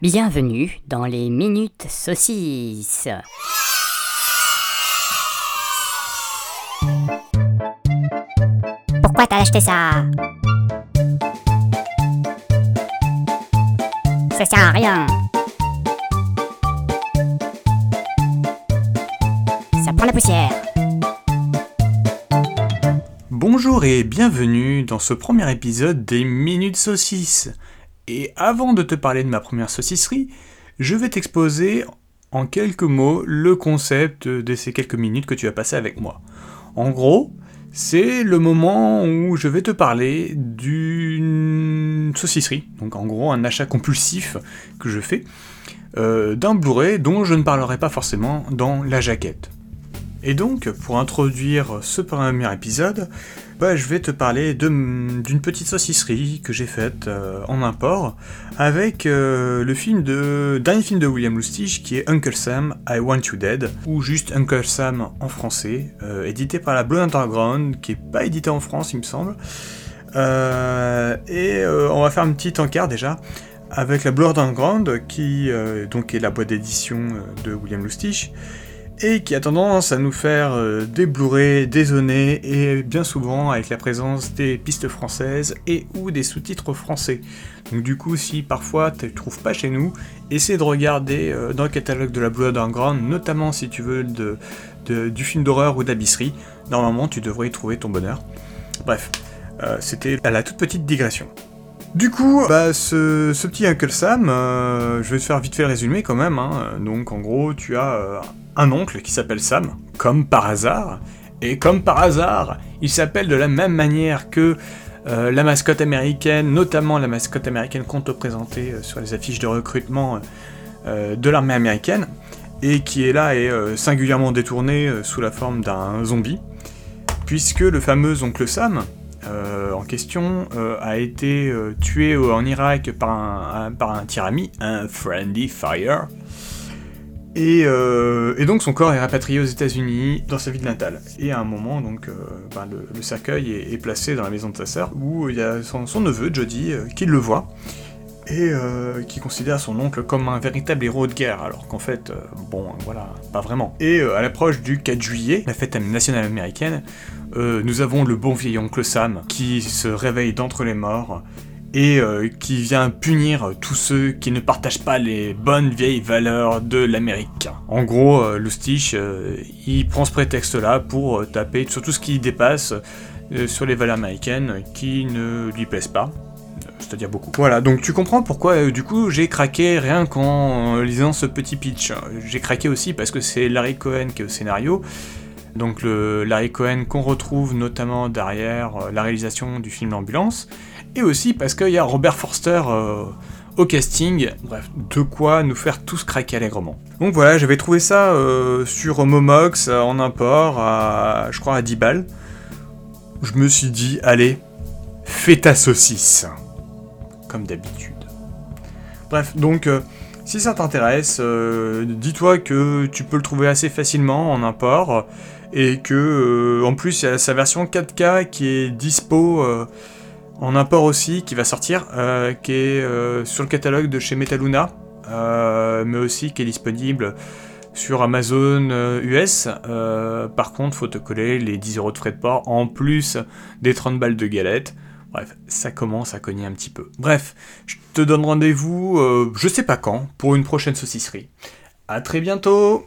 Bienvenue dans les Minutes Saucisses. Pourquoi t'as acheté ça? Ça sert à rien. Ça prend la poussière. Bonjour et bienvenue dans ce premier épisode des Minutes Saucisses. Et avant de te parler de ma première saucisserie, je vais t'exposer en quelques mots le concept de ces quelques minutes que tu vas passer avec moi. En gros, c'est le moment où je vais te parler d'une saucisserie, donc en gros un achat compulsif que je fais, d'un Blu-ray dont je ne parlerai pas forcément dans la jaquette. Et donc, pour introduire ce premier épisode, je vais te parler d'une petite saucisserie que j'ai faite en import avec le dernier film de William Lustig qui est Uncle Sam, I Want You Dead, ou juste Uncle Sam en français, édité par la Blue Underground, qui est pas édité en France il me semble. On va faire un petit encart déjà avec la Blue Underground qui donc est la boîte d'édition de William Lustig, et qui a tendance à nous faire des Blu-ray dézonés et bien souvent avec la présence des pistes françaises et ou des sous-titres français. Donc du coup, si parfois tu ne trouves pas chez nous, essaie de regarder dans le catalogue de la Blue Underground, notamment si tu veux du film d'horreur ou d'abysserie. Normalement, tu devrais y trouver ton bonheur. Bref, c'était à la toute petite digression. Du coup, ce petit Uncle Sam, je vais te faire vite fait le résumé quand même. Donc en gros, tu as un oncle qui s'appelle Sam, comme par hasard, et comme par hasard, il s'appelle de la même manière que la mascotte américaine, notamment la mascotte américaine qu'on te présentait sur les affiches de recrutement de l'armée américaine, et qui est là et singulièrement détournée sous la forme d'un zombie, puisque le fameux oncle Sam, en question, a été tué en Irak par un tir ami, un friendly fire, et donc son corps est rapatrié aux États-Unis dans sa ville natale. Et à un moment, donc, le cercueil est placé dans la maison de sa sœur, où il y a son neveu, Jody, qui le voit, et qui considère son oncle comme un véritable héros de guerre, alors qu'en fait, pas vraiment. Et à l'approche du 4 juillet, la fête nationale américaine, nous avons le bon vieil oncle Sam, qui se réveille d'entre les morts, et qui vient punir tous ceux qui ne partagent pas les bonnes vieilles valeurs de l'Amérique. En gros, Lustig, il prend ce prétexte-là pour taper sur tout ce qui dépasse sur les valeurs américaines qui ne lui plaisent pas, c'est-à-dire beaucoup. Voilà, donc tu comprends pourquoi du coup j'ai craqué rien qu'en lisant ce petit pitch. J'ai craqué aussi parce que c'est Larry Cohen qui est au scénario, donc le Larry Cohen qu'on retrouve notamment derrière la réalisation du film L'Ambulance, et aussi parce qu'il y a Robert Forster au casting, bref, de quoi nous faire tous craquer allègrement. Donc voilà, j'avais trouvé ça sur Momox en import, je crois à 10 balles. Je me suis dit, allez, fais ta saucisse, comme d'habitude. Bref, donc, si ça t'intéresse, dis-toi que tu peux le trouver assez facilement en import, et que, en plus, il y a sa version 4K qui est dispo en import aussi, qui va sortir, qui est sur le catalogue de chez Metaluna, mais aussi qui est disponible sur Amazon US. Par contre, faut te coller les 10€ de frais de port, en plus des 30 balles de galette. Bref, ça commence à cogner un petit peu. Bref, je te donne rendez-vous, je sais pas quand, pour une prochaine saucisserie. À très bientôt!